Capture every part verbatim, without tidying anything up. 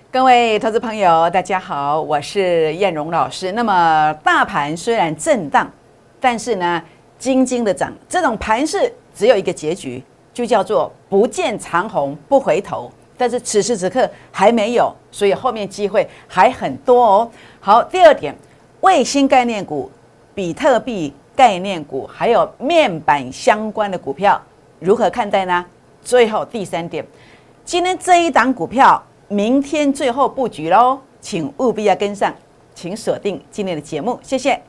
各位投资朋友，大家好，我是燕荣老师。那么大盘虽然震荡，但是呢，静静的涨。这种盘势只有一个结局，就叫做不见长虹不回头。但是此时此刻还没有，所以后面机会还很多哦。好，第二点，卫星概念股、比特币概念股，还有面板相关的股票，如何看待呢？最后第三点，今天这一档股票。明天最后布局喽，请务必要跟上，请锁定今天的节目，谢谢。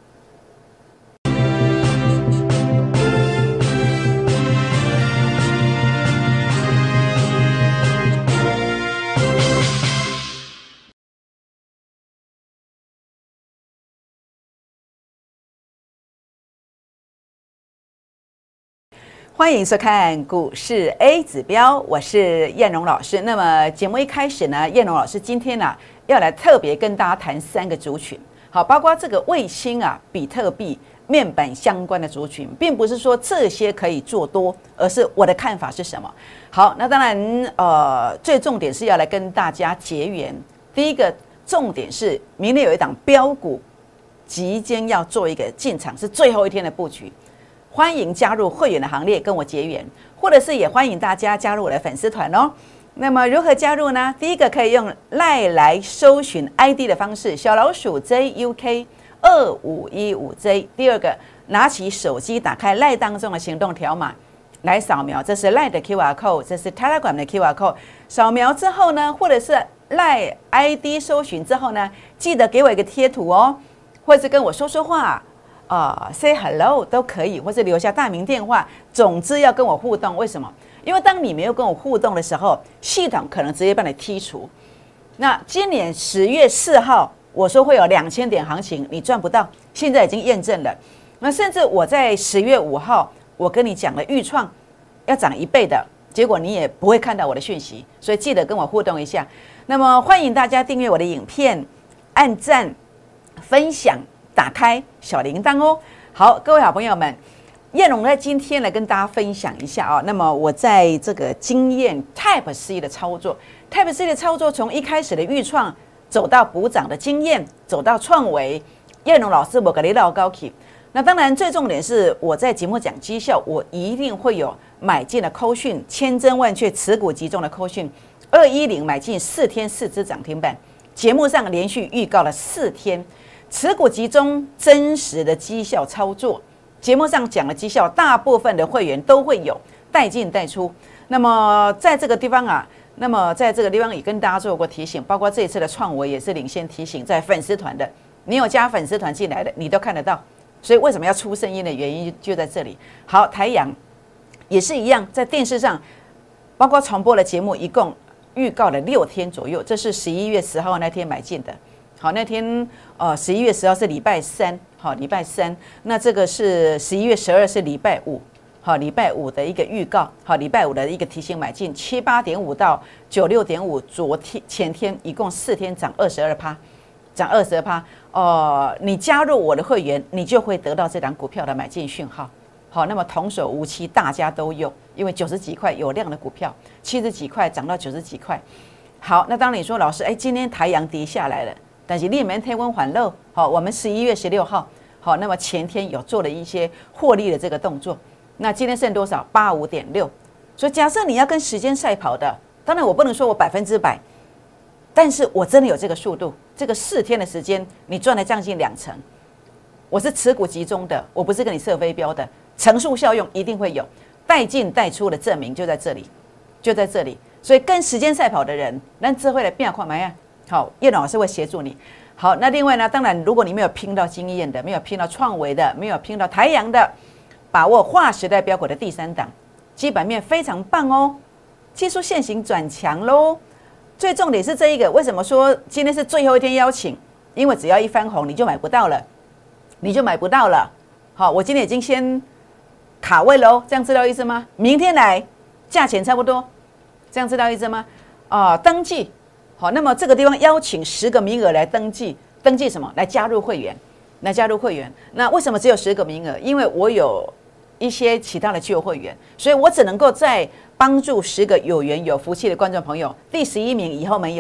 欢迎收看股市 A 指标，我是燕荣老师。那么节目一开始呢，燕荣老师今天呢、啊、要来特别跟大家谈三个族群，好，包括这个卫星啊、比特币、面板相关的族群，并不是说这些可以做多，而是我的看法是什么。好，那当然呃，最重点是要来跟大家结缘。第一个重点是明天有一档标股即将要做一个进场，是最后一天的布局。欢迎加入会员的行列，跟我结缘，或者是也欢迎大家加入我的粉丝团哦。那么如何加入呢？第一个可以用 LINE 来搜寻 I D 的方式，小老鼠 J U K 二五一五 J。第二个，拿起手机，打开 LINE 当中的行动条码来扫描，这是 LINE 的 Q R code， 这是 Telegram 的 Q R code。扫描之后呢，或者是 LINE I D 搜寻之后呢，记得给我一个贴图哦，或者是跟我说说话。啊、uh, ，say hello 都可以，或是留下大名电话，总之要跟我互动。为什么？因为当你没有跟我互动的时候，系统可能直接把你剔除。那今年十月四号，我说会有两千点行情，你赚不到，现在已经验证了。那甚至我在十月五号，我跟你讲了预创要涨一倍的，结果你也不会看到我的讯息，所以记得跟我互动一下。那么欢迎大家订阅我的影片，按赞、分享。打开小铃铛哦。好，各位好朋友们，燕荣在今天来跟大家分享一下啊、哦。那么我在这个经验 Type C 的操作 ，Type C 的操作从一开始的预创走到补涨的经验，走到创维，燕荣老师我给你唠高起。那当然最重点是我在节目讲绩效，我一定会有买进的扣讯，千真万确持股集中的扣讯。二一零买进四天四只涨停板，节目上连续预告了四天。持股集中，真实的绩效操作，节目上讲的绩效，大部分的会员都会有带进带出。那么在这个地方啊，那么在这个地方也跟大家做过提醒，包括这一次的创维也是领先提醒，在粉丝团的，你有加粉丝团进来的，你都看得到。所以为什么要出声音的原因就在这里。好，台阳也是一样，在电视上，包括重播的节目，一共预告了六天左右，这是十一月十号那天买进的。好，那天呃十一月十号是礼拜三，好，礼拜三，那这个是十一月十二是礼拜五，好，礼拜五的一个预告，好，礼拜五的一个提醒买进七八点五到九六点五，昨天前天一共四天涨二十二趴，涨二十二趴，呃，你加入我的会员，你就会得到这档股票的买进讯号。好，那么童叟无欺，大家都有，因为九十几块有量的股票，七十几块涨到九十几块。好，那当你说老师，哎，今天台阳跌下来了。但是你们天温缓热，好，我们十一月十六号，好，那么前天有做了一些获利的这个动作，那今天剩多少？八五点六。所以假设你要跟时间赛跑的，当然我不能说我百分之百，但是我真的有这个速度，这个四天的时间，你赚了将近两成。我是持股集中的，我不是跟你射飞镖的，乘数效用一定会有，带进带出的证明就在这里，就在这里。所以跟时间赛跑的人，咱智慧的变化怎么样？好，叶老师会协助你。好，那另外呢，当然如果你没有拼到经验的，没有拼到创维的，没有拼到台阳的，把握划时代标股的第三档，基本面非常棒哦，技术线型转强喽。最重点是这一个，为什么说今天是最后一天邀请？因为只要一翻红，你就买不到了，你就买不到了。好，我今天已经先卡位喽，这样知道意思吗？明天来，价钱差不多，这样知道意思吗？啊、呃，登记。好，那么这个地方邀请十个名额来登记，登记什么？来加入会员，来加入会员。那为什么只有十个名额？因为我有一些其他的旧会员，所以我只能够再帮助十个有缘有福气的观众朋友。第十一名以后没有，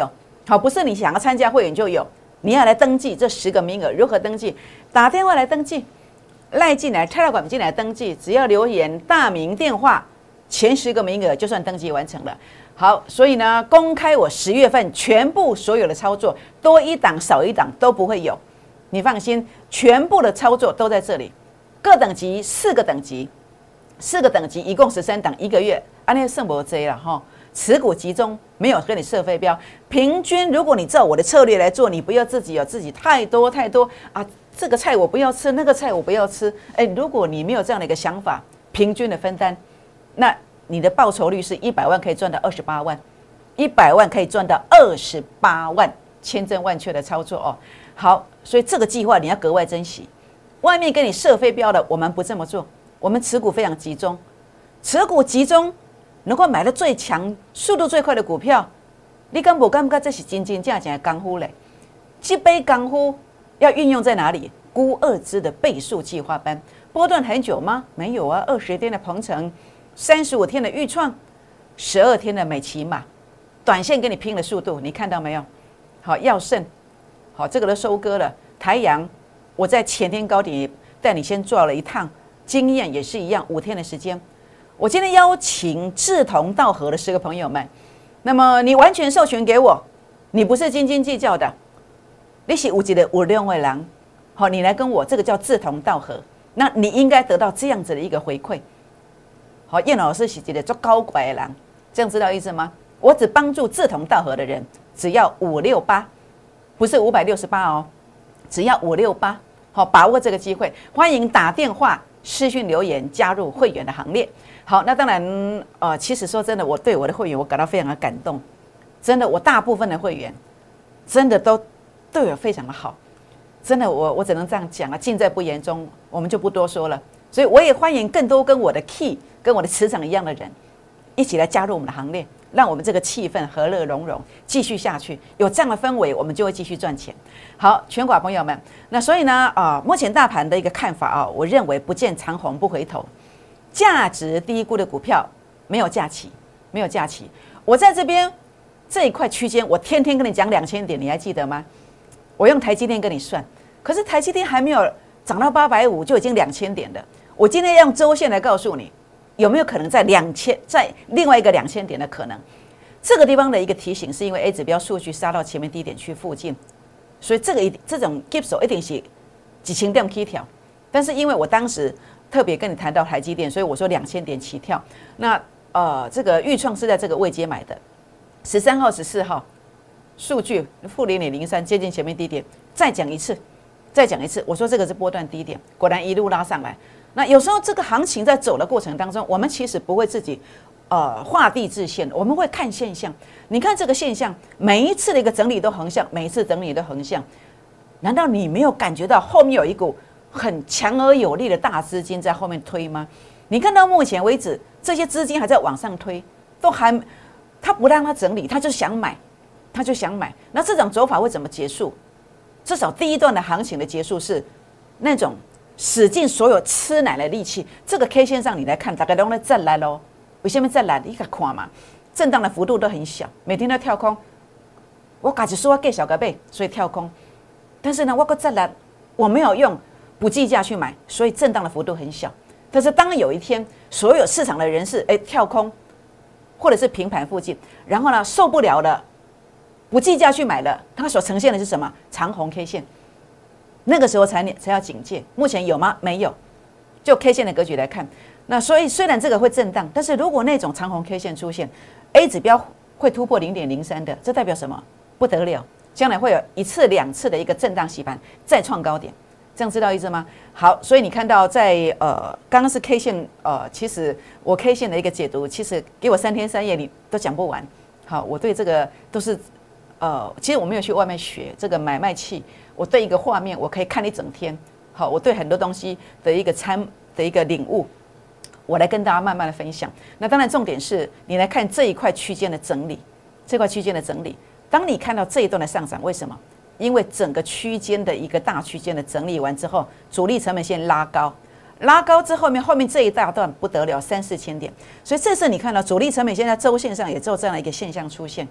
好，不是你想要参加会员就有，你要来登记这十个名额，如何登记？打电话来登记，赖进来，Telegram进来登记，只要留言大名电话，前十个名额就算登记完成了。好，所以呢，公开我十月份全部所有的操作，多一档少一档都不会有，你放心，全部的操作都在这里，各等级四个等级，四个等级一共十三档，一个月，安内圣博 J 了哈。持股集中，没有跟你设飞镖，平均如果你照我的策略来做，你不要自己有自己太多太多啊，这个菜我不要吃，那个菜我不要吃，哎，如果你没有这样的一个想法，平均的分担，那你的报酬率是一百万可以赚到二十八万，一百万可以赚到二十八万，千真万确的操作哦。好，所以这个计划你要格外珍惜。外面给你设飞镖的，我们不这么做，我们持股非常集中，持股集中。能够买到最强、速度最快的股票，你敢不感觉这是真真正正的功夫嘞？这杯功夫要运用在哪里？估二支的倍数计划班，波段很久吗？没有啊，二十天的鹏程，三十五天的预创，十二天的美骑马，短线跟你拼的速度，你看到没有？好，耀盛，好，这个都收割了。台阳，我在前天高点带你先做了一趟，经验也是一样，五天的时间。我今天邀请志同道合的十个朋友们，那么你完全授权给我，你不是斤斤计较的，你是有一个有量的人，好，你来跟我，这个叫志同道合，那你应该得到这样子的一个回馈。好，燕老师是一个做高拐的人，这样知道意思吗？我只帮助志同道合的人，只要五六八，不是五百六十八哦，只要五六八，好，把握这个机会，欢迎打电话、私讯留言加入会员的行列。好，那当然，呃，其实说真的，我对我的会员我感到非常的感动，真的，我大部分的会员真的都对我非常的好，真的，我我只能这样讲啊，尽在不言中，我们就不多说了。所以我也欢迎更多跟我的 key、跟我的磁场一样的人，一起来加入我们的行列，让我们这个气氛和乐融融继续下去。有这样的氛围，我们就会继续赚钱。好，全国朋友们，那所以呢，啊、呃，目前大盘的一个看法啊，我认为不见长虹不回头。价值低估的股票没有假期，没有假期。我在这边这一块区间，我天天跟你讲两千点，你还记得吗？我用台积电跟你算，可是台积电还没有涨到八百五，就已经两千点了。我今天要用周线来告诉你，有没有可能在两千，在另外一个两千点的可能？这个地方的一个提醒，是因为 A 指标数据杀到前面低点区附近，所以这个一这种 G I P S 一定是几千点起跳。但是因为我当时特别跟你谈到台积电，所以我说两千点起跳。那呃，这个预创是在这个位阶买的，十三号、十四号数据负零点零三，接近前面低点。再讲一次，再讲一次，我说这个是波段低点，果然一路拉上来。那有时候这个行情在走的过程当中，我们其实不会自己呃画地自限，我们会看现象。你看这个现象，每一次的一个整理都横向，每一次整理都横向，难道你没有感觉到后面有一股很强而有力的大资金在后面推吗？你看到目前为止，这些资金还在往上推，都还他不让他整理，他就想买，他就想买。那这种走法会怎么结束？至少第一段的行情的结束是那种使尽所有吃奶的力气。这个 K 线上你来看，大概都在再来咯。为什么再来？你看看嘛，震荡的幅度都很小，每天都跳空。我自己说我给小个背，所以跳空。但是呢，我个再来，我没有用不计价去买，所以震荡的幅度很小。但是当有一天所有市场的人士哎跳空，或者是平盘附近，然后呢受不了了，不计价去买了，它所呈现的是什么？长红 K 线。那个时候才才要警戒。目前有吗？没有。就 K 线的格局来看，那所以虽然这个会震荡，但是如果那种长红 K 线出现 ，A 指标会突破零点零三的，这代表什么？不得了，将来会有一次两次的一个震荡洗盘，再创高点。这样知道意思吗？好，所以你看到在呃，刚刚是 K 线，呃，其实我 K 线的一个解读，其实给我三天三夜你都讲不完。好，我对这个都是呃，其实我没有去外面学这个买卖器，我对一个画面我可以看一整天。好，我对很多东西的一个参的一个领悟，我来跟大家慢慢的分享。那当然重点是你来看这一块区间的整理，这块区间的整理。当你看到这一段的上涨，为什么？因为整个区间的一个大区间的整理完之后，主力成本线拉高，拉高之后面后面这一大段不得了，三四千点。所以这次你看到主力成本线在周线上也只有这样的一个现象出现。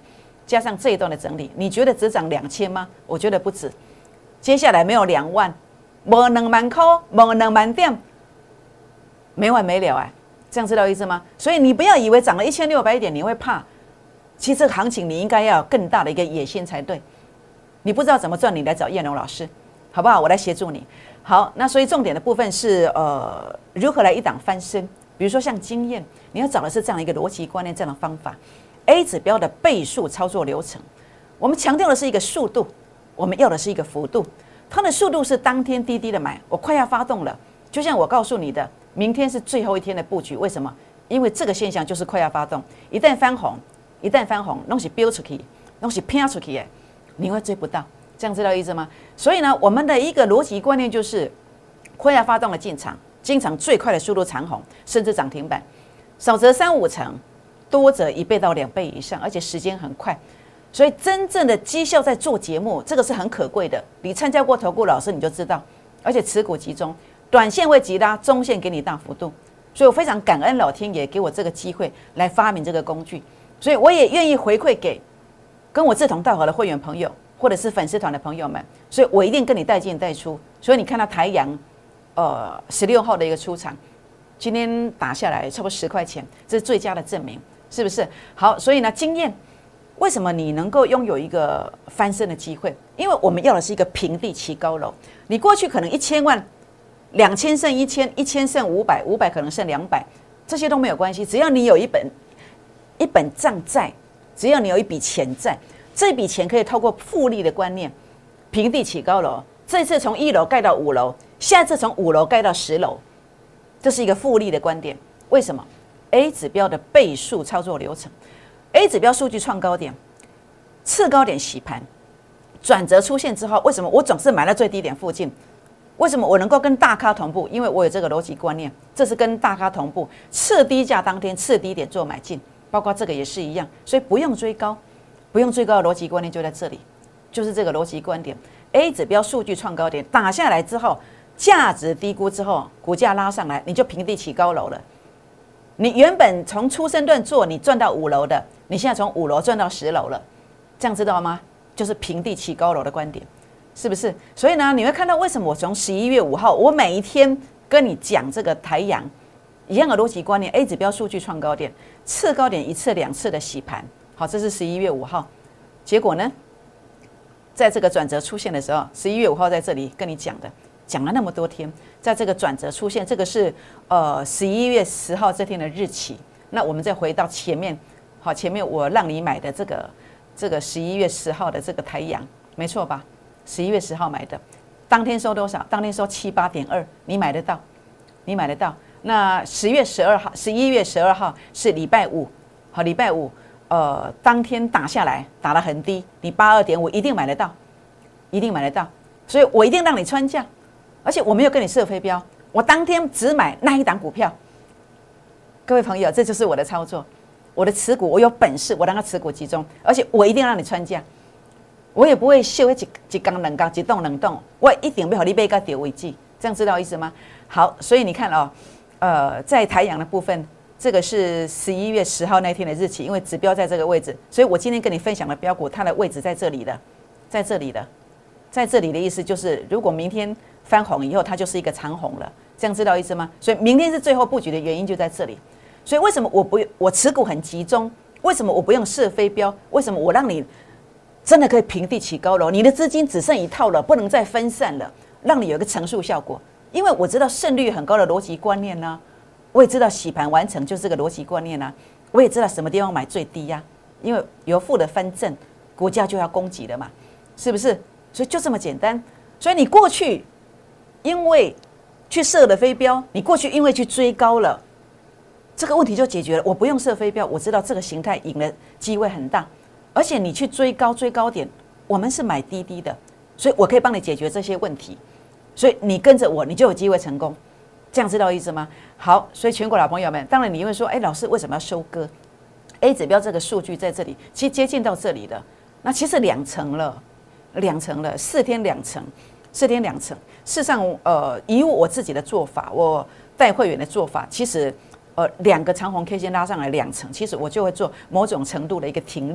加上这一段的整理，你觉得只涨两千吗？我觉得不止。接下来没有两万，没两万块，没两万点，没完没了哎、啊，这样知道意思吗？所以你不要以为涨了一千六百点你会怕，其实这个行情你应该要有更大的一个野心才对。你不知道怎么赚，你来找燕荣老师，好不好？我来协助你。好，那所以重点的部分是呃，如何来一档翻身？比如说像经验，你要找的是这样一个逻辑观念，这样的方法。A 指标的倍数操作流程，我们强调的是一个速度，我们要的是一个幅度。它的速度是当天滴滴的买，我快要发动了，就像我告诉你的，明天是最后一天的布局。为什么？因为这个现象就是快要发动，一旦翻红，一旦翻红，东西飙出去，东西偏出去，你会追不到。这样知道意思吗？所以呢，我们的一个逻辑观念就是，快要发动了进场，经常最快的速度长红，甚至涨停板，少则三五成，多则一倍到两倍以上，而且时间很快。所以真正的绩效在做节目，这个是很可贵的。你参加过投顾老师你就知道，而且持股集中，短线会急拉，中线给你大幅度。所以我非常感恩老天爷给我这个机会来发明这个工具，所以我也愿意回馈给跟我志同道合的会员朋友，或者是粉丝团的朋友们，所以我一定跟你带进带出。所以你看到台阳，呃，十六号的一个出场，今天打下来差不多十块钱，这是最佳的证明，是不是？好，所以呢，经验为什么你能够拥有一个翻身的机会？因为我们要的是一个平地起高楼。你过去可能一千万、两千剩一千，一千剩五百，五百可能剩两百，这些都没有关系，只要你有一本一本账在，只要你有一笔钱在。这笔钱可以透过复利的观念，平地起高楼。这次从一楼盖到五楼，下次从五楼盖到十楼，这是一个复利的观点。为什么 ？A 指标的倍数操作流程 ，A 指标数据创高点，次高点洗盘，转折出现之后，为什么我总是买在最低点附近？为什么我能够跟大咖同步？因为我有这个逻辑观念，这是跟大咖同步，次低价当天次低点做买进，包括这个也是一样，所以不用追高。不用最高的逻辑观念就在这里，就是这个逻辑观点。A 指标数据创高点打下来之后，价值低估之后，股价拉上来，你就平地起高楼了。你原本从出生段做，你赚到五楼的，你现在从五楼赚到十楼了，这样知道吗？就是平地起高楼的观点，是不是？所以呢，你会看到为什么我从十一月五号，我每一天跟你讲这个台阳一样的逻辑观念 ，A 指标数据创高点，次高点一次两次的洗盘。好，这是十一月五号，结果呢，在这个转折出现的时候，十一月五号在这里跟你讲的，讲了那么多天，在这个转折出现，这个是呃十一月十号这天的日期。那我们再回到前面，好，前面我让你买的这个这个十一月十号的这个台阳，没错吧？十一月十号买的，当天收多少？当天收七八点二，你买得到？你买得到？那十月十二号，十一月十二号是礼拜五，好，礼拜五。呃，当天打下来，打得很低，你八二点五一定买得到，一定买得到，所以我一定让你穿价，而且我没有跟你设飞镖，我当天只买那一档股票。各位朋友，这就是我的操作，我的持股，我有本事，我让它持股集中，而且我一定让你穿价，我也不会秀一一缸两缸，一栋两栋，我一定要和你买到点位置，这样知道意思吗？好，所以你看哦，呃，在台阳的部分。这个是十一月十号那天的日期，因为指标在这个位置，所以我今天跟你分享的标股，它的位置在这里的，在这里的，在这里的意思就是，如果明天翻红以后，它就是一个长红了，这样知道意思吗？所以明天是最后布局的原因就在这里。所以为什么我不我持股很集中？为什么我不用射飞镖？为什么我让你真的可以平地起高楼？你的资金只剩一套了，不能再分散了，让你有一个乘数效果。因为我知道胜率很高的逻辑观念呢、啊。我也知道洗盘完成就是这个逻辑观念啊，我也知道什么地方买最低呀、啊，因为由负的翻正，股价就要攻击了嘛，是不是？所以就这么简单。所以你过去因为去设了飞镖，你过去因为去追高了，这个问题就解决了。我不用设飞镖，我知道这个形态赢的机会很大，而且你去追高追高点，我们是买低低的，所以我可以帮你解决这些问题。所以你跟着我，你就有机会成功。这样知道意思吗？好，所以全国老朋友们，当然你会说，哎，老师为什么要收割 ？A 指标这个数据在这里，其实接近到这里了，那其实两成了，两成了，四天两成，四天两成。事实上，呃，以我自己的做法，我带会员的做法，其实，呃，两个长红 K 线拉上来两成，其实我就会做某种程度的一个停利。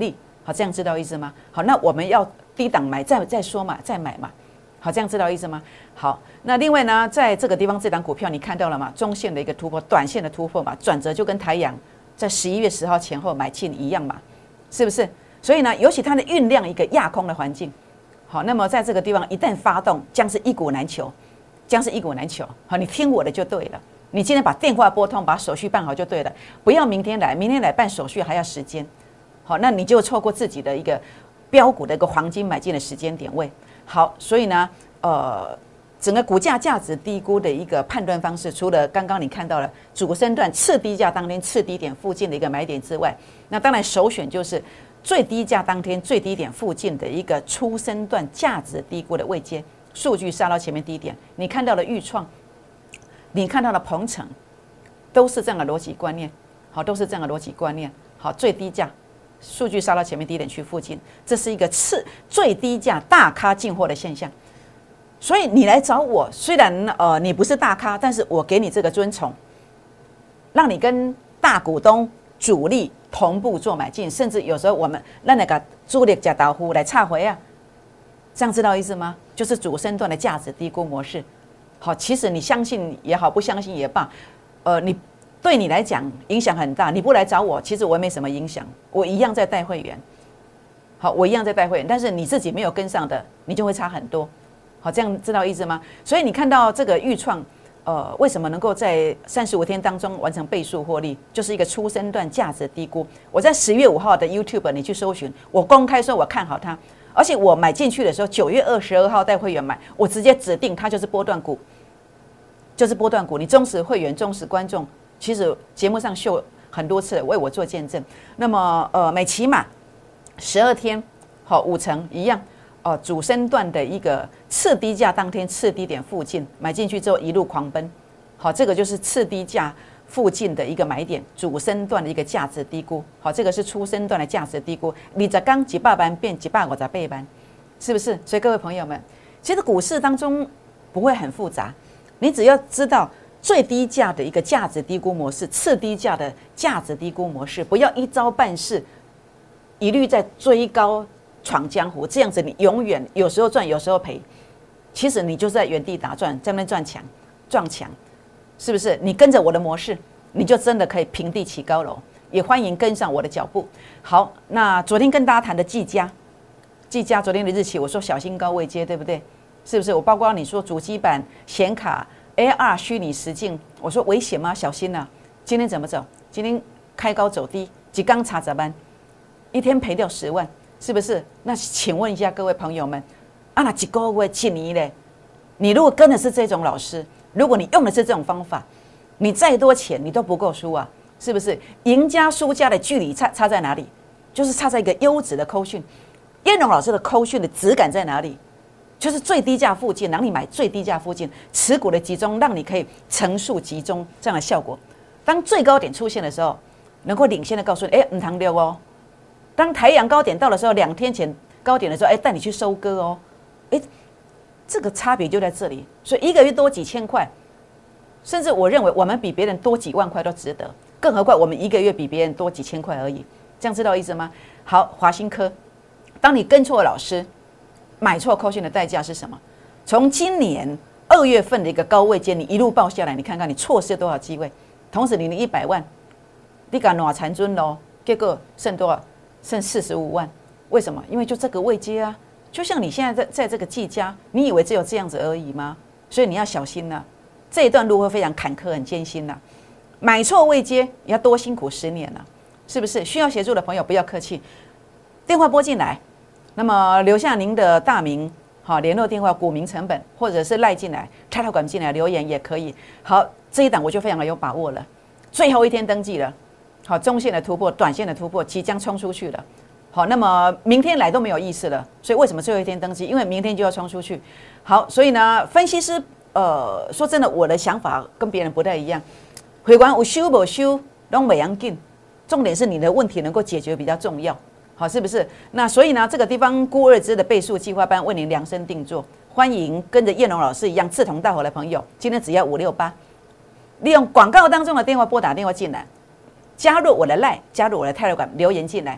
好，这样知道意思吗？好，那我们要低档买，再再说嘛，再买嘛。好，这样知道意思吗？好，那另外呢，在这个地方这档股票你看到了吗？中线的一个突破，短线的突破嘛，转折就跟台阳在十一月十号前后买进一样嘛，是不是？所以呢，尤其它的酝酿一个轧空的环境，好，那么在这个地方一旦发动，将是一股难求，将是一股难求。好，你听我的就对了，你今天把电话拨通，把手续办好就对了，不要明天来，明天来办手续还要时间，好，那你就错过自己的一个标股的一个黄金买进的时间点位。好，所以呢，呃，整个股价价值低估的一个判断方式，除了刚刚你看到了主升段次低价当天次低点附近的一个买点之外，那当然首选就是最低价当天最低点附近的一个初升段价值低估的位阶，数据杀到前面低点，你看到了裕创，你看到了鹏程，都是这样的逻辑观念，好，都是这样的逻辑观念，好，最低价。数据杀到前面低点区附近，这是一个次最低价大咖进货的现象。所以你来找我，虽然呃你不是大咖，但是我给你这个尊崇，让你跟大股东主力同步做买进，甚至有时候我们让那个主力假导呼来插回啊，这样知道意思吗？就是主升段的价值低估模式。好，其实你相信也好，不相信也罢，呃你。对你来讲影响很大，你不来找我，其实我也没什么影响，我一样在带会员。好，我一样在带会员，但是你自己没有跟上的，你就会差很多。好，这样知道意思吗？所以你看到这个裕创，呃，为什么能够在三十五天当中完成倍数获利，就是一个初升段价值低估。我在十月五号的 YouTube 你去搜寻，我公开说我看好它，而且我买进去的时候，九月二十二号带会员买，我直接指定它就是波段股，就是波段股。你忠实会员、忠实观众。其实节目上秀很多次为我做见证。那么呃，每期码十二天，好五成一样，呃，主升段的一个次低价当天次低点附近买进去之后一路狂奔，好，这个就是次低价附近的一个买点，主升段的一个价值低估，好，这个是初升段的价值低估，二十刚几百班变几百五十八班，是不是？所以各位朋友们，其实股市当中不会很复杂，你只要知道。最低价的一个价值低估模式，次低价的价值低估模式，不要一招半式，一律在追高闯江湖，这样子你永远有时候赚，有时候赔。其实你就是在原地打转，在那边赚强撞墙，是不是？你跟着我的模式，你就真的可以平地起高楼。也欢迎跟上我的脚步。好，那昨天跟大家谈的技嘉，技嘉昨天的日期，我说小心高位接，对不对？是不是？我包括你说主机板、显卡。A R 虚拟实境，我说危险吗？小心啊！今天怎么走？今天开高走低，几刚查咋办？一天赔掉十万，是不是？那请问一下各位朋友们，啊那几个月、几年嘞？你如果跟的是这种老师，如果你用的是这种方法，你再多钱你都不够输啊，是不是？赢家输家的距离差差在哪里？就是差在一个优质的扣讯。燕荣老师的扣讯的质感在哪里？就是最低价附近，让你买最低价附近，持股的集中，让你可以层数集中这样的效果。当最高点出现的时候，能够领先的告诉你，哎，唔通溜哦。当台阳高点到的时候，两天前高点的时候，哎，带你去收割哦。哎，这个差别就在这里。所以一个月多几千块，甚至我认为我们比别人多几万块都值得。更何况我们一个月比别人多几千块而已，这样知道意思吗？好，华新科，当你跟错老师。买错扣讯的代价是什么？从今年二月份的一个高位阶，你一路报下来，你看看你错失多少机会。同时，你的一百万，你敢拿残尊喽？结果剩多少？剩四十五万。为什么？因为就这个位阶啊，就像你现在在在这个技嘉，你以为只有这样子而已吗？所以你要小心了，这一段路会非常坎坷、很艰辛了。买错位阶，你要多辛苦十年了，是不是？需要协助的朋友不要客气，电话拨进来。那么留下您的大名、好联络电话、股民成本，或者是赖进来、插条管进来留言也可以。好，这一档我就非常的有把握了，最后一天登记了。好，中线的突破、短线的突破即将冲出去了。好，那么明天来都没有意思了。所以为什么最后一天登记？因为明天就要冲出去。好，所以呢，分析师呃说真的，我的想法跟别人不太一样。回管有修不修，都没要紧，重点是你的问题能够解决比较重要。好，是不是？那所以呢，这个地方孤二支的倍数计划班为您量身定做，欢迎跟着叶龙老师一样志同道合的朋友，今天只要五六八，利用广告当中的电话拨打电话进来，加入我的 LINE， 加入我的 Telegram 留言进来，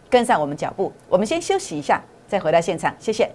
跟上我们脚步。我们先休息一下，再回到现场，谢谢。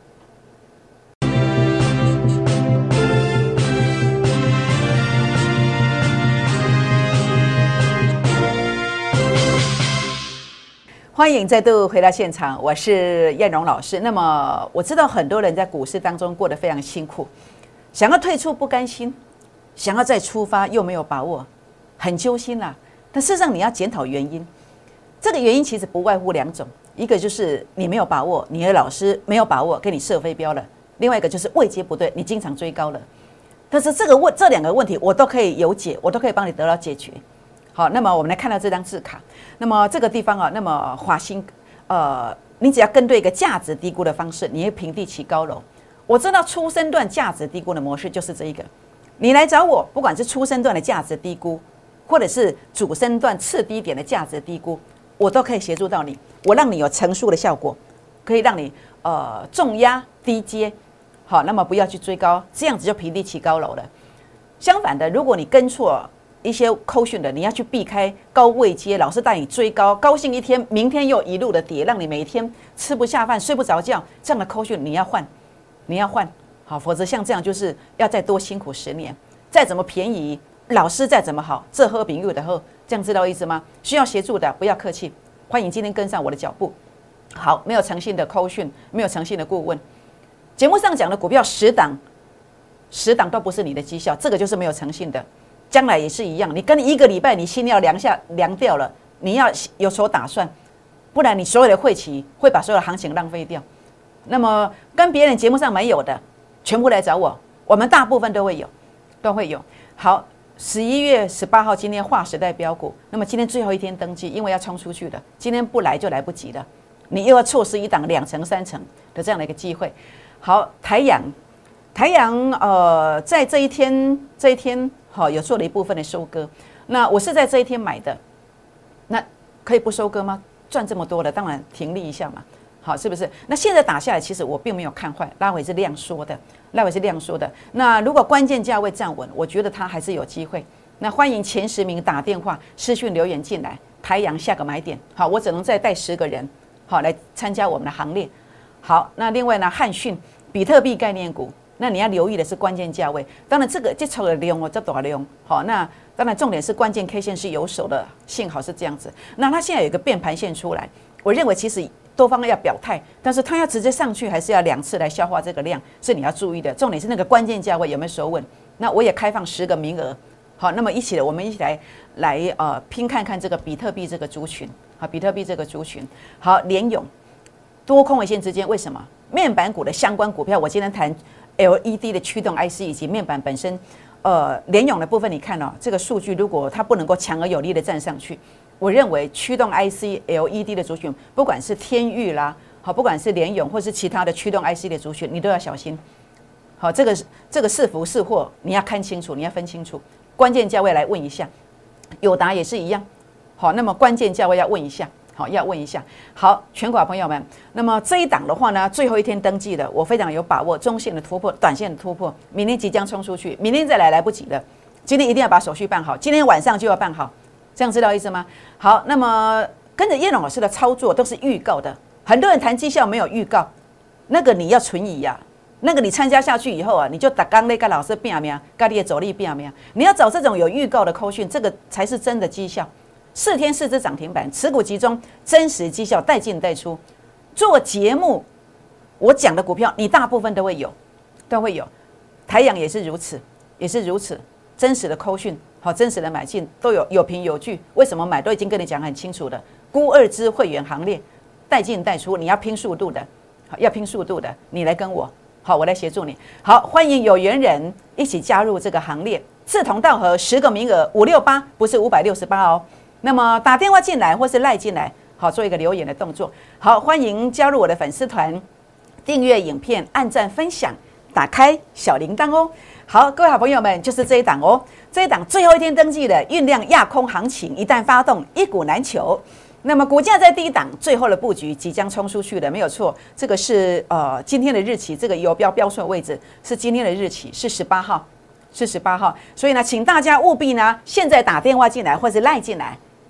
欢迎再度回到现场，我是燕荣老师。那么我知道很多人在股市当中过得非常辛苦，想要退出不甘心，想要再出发又没有把握，很揪心啦。但事实上你要检讨原因，这个原因其实不外乎两种，一个就是你没有把握，你的老师没有把握给你设飞镖了；另外一个就是位阶不对，你经常追高了。但是这个问这两个问题我都可以有解，我都可以帮你得到解决。好，那么我们来看到这张字卡，那么这个地方啊，那么华兴，呃，你只要跟对一个价值低估的方式，你会平地起高楼。我知道初升段价值低估的模式就是这一个，你来找我，不管是初升段的价值低估，或者是主升段次低点的价值低估，我都可以协助到你，我让你有乘数的效果，可以让你呃重压低接，好，那么不要去追高，这样子就平地起高楼了。相反的，如果你跟错一些扣讯的，你要去避开高位阶，老是带你追高，高兴一天，明天又一路的跌，让你每天吃不下饭、睡不着觉，这样的扣讯你要换，你要换，好，否则像这样就是要再多辛苦十年，再怎么便宜，老师再怎么好，这喝饼又的喝，这样知道意思吗？需要协助的不要客气，欢迎今天跟上我的脚步。好，没有诚信的扣讯，没有诚信的顾问，节目上讲的股票十档，十档都不是你的绩效，这个就是没有诚信的。将来也是一样，你跟你一个礼拜，你心要凉下凉掉了，你要有所打算，不然你所有的会期会把所有的行情浪费掉。那么跟别人节目上没有的，全部来找我，我们大部分都会有，都会有。好，十一月十八号，今天划时代标股，那么今天最后一天登记，因为要冲出去了，今天不来就来不及了，你又要错失一档两成三成的这样的一个机会。好，台阳，台阳呃，在这一天这一天。好，有做了一部分的收割，那我是在这一天买的，那可以不收割吗？赚这么多了，当然停利一下嘛，好，是不是？那现在打下来，其实我并没有看坏，拉回是量缩的，拉回是量缩的。那如果关键价位站稳，我觉得它还是有机会。那欢迎前十名打电话、私讯留言进来，台阳下个买点。好，我只能再带十个人，好来参加我们的行列。好，那另外呢，汉讯、比特币概念股。那你要留意的是关键价位，当然这个这抽的量哦，这多少量？好，那当然重点是关键 K 线是有手的，幸好是这样子。那它现在有一个变盘线出来，我认为其实多方要表态，但是它要直接上去，还是要两次来消化这个量，是你要注意的。重点是那个关键价位有没有守稳？那我也开放十个名额，好，那么一起的我们一起来来呃拼看看这个比特币这个族群，好，比特币这个族群，好，联咏多空尾线之间为什么？面板股的相关股票，我今天谈。L E D 的驱动 I C 以及面板本身，呃，联咏的部分，你看哦，这个数据如果它不能够强而有力的站上去，我认为驱动 I C、L E D 的族群，不管是天钰啦，好，不管是联咏或是其他的驱动 I C 的族群，你都要小心。好，这个这个是福是祸，你要看清楚，你要分清楚。关键价位来问一下，友达也是一样。好，那么关键价位要问一下。好，要问一下。好，全国朋友们，那么这一档的话呢，最后一天登记的，我非常有把握，中线的突破，短线的突破，明天即将冲出去，明天再来来不及了。今天一定要把手续办好，今天晚上就要办好，这样知道意思吗？好，那么跟着叶龙老师的操作都是预告的，很多人谈绩效没有预告，那个你要存疑呀、啊。那个你参加下去以后啊，你就打刚那个老师拼命，跟你的走力拼命，你要找这种有预告的扣讯，这个才是真的绩效。四天四只涨停板，持股集中，真实绩效带进带出。做节目，我讲的股票，你大部分都会有，都会有。台阳也是如此，也是如此，真实的扣讯，好，真实的买进都有有凭有据。为什么买都已经跟你讲很清楚的，估二支会员行列，带进带出，你要拼速度的，好，要拼速度的，你来跟我，好，我来协助你。好，欢迎有缘人一起加入这个行列，志同道合，十个名额，五六八，不是五百六十八哦。那么打电话进来或是赖进来，好，做一个留言的动作。好，欢迎加入我的粉丝团，订阅影片，按赞分享，打开小铃铛哦。好，各位好朋友们，就是这一档哦，这一档最后一天登记的酝酿亚空行情，一旦发动，一股难求。那么股价在低档，最后的布局即将冲出去的，没有错。这个是呃今天的日期，这个游标标出的位置是今天的日期，是十八号，是十八号。所以呢，请大家务必呢，现在打电话进来或者赖进来。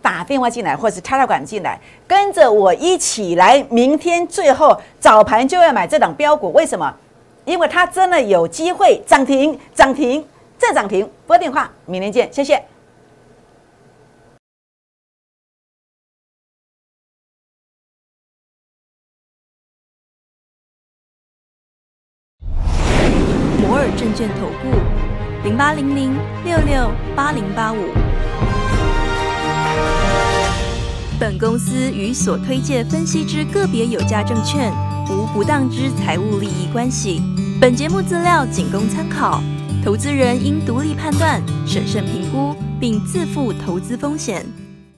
打电话进来，或是插插管进来，跟着我一起来，明天最后早盘就要买这档标股。为什么？因为它真的有机会涨停，涨停再涨停。拨电话，明天见，谢谢。 摩尔证券投顾零八零零六六八零八五。本公司与所推介分析之个别有价证券无不当之财务利益关系。本节目资料仅供参考，投资人应独立判断、审慎评估，并自负投资风险。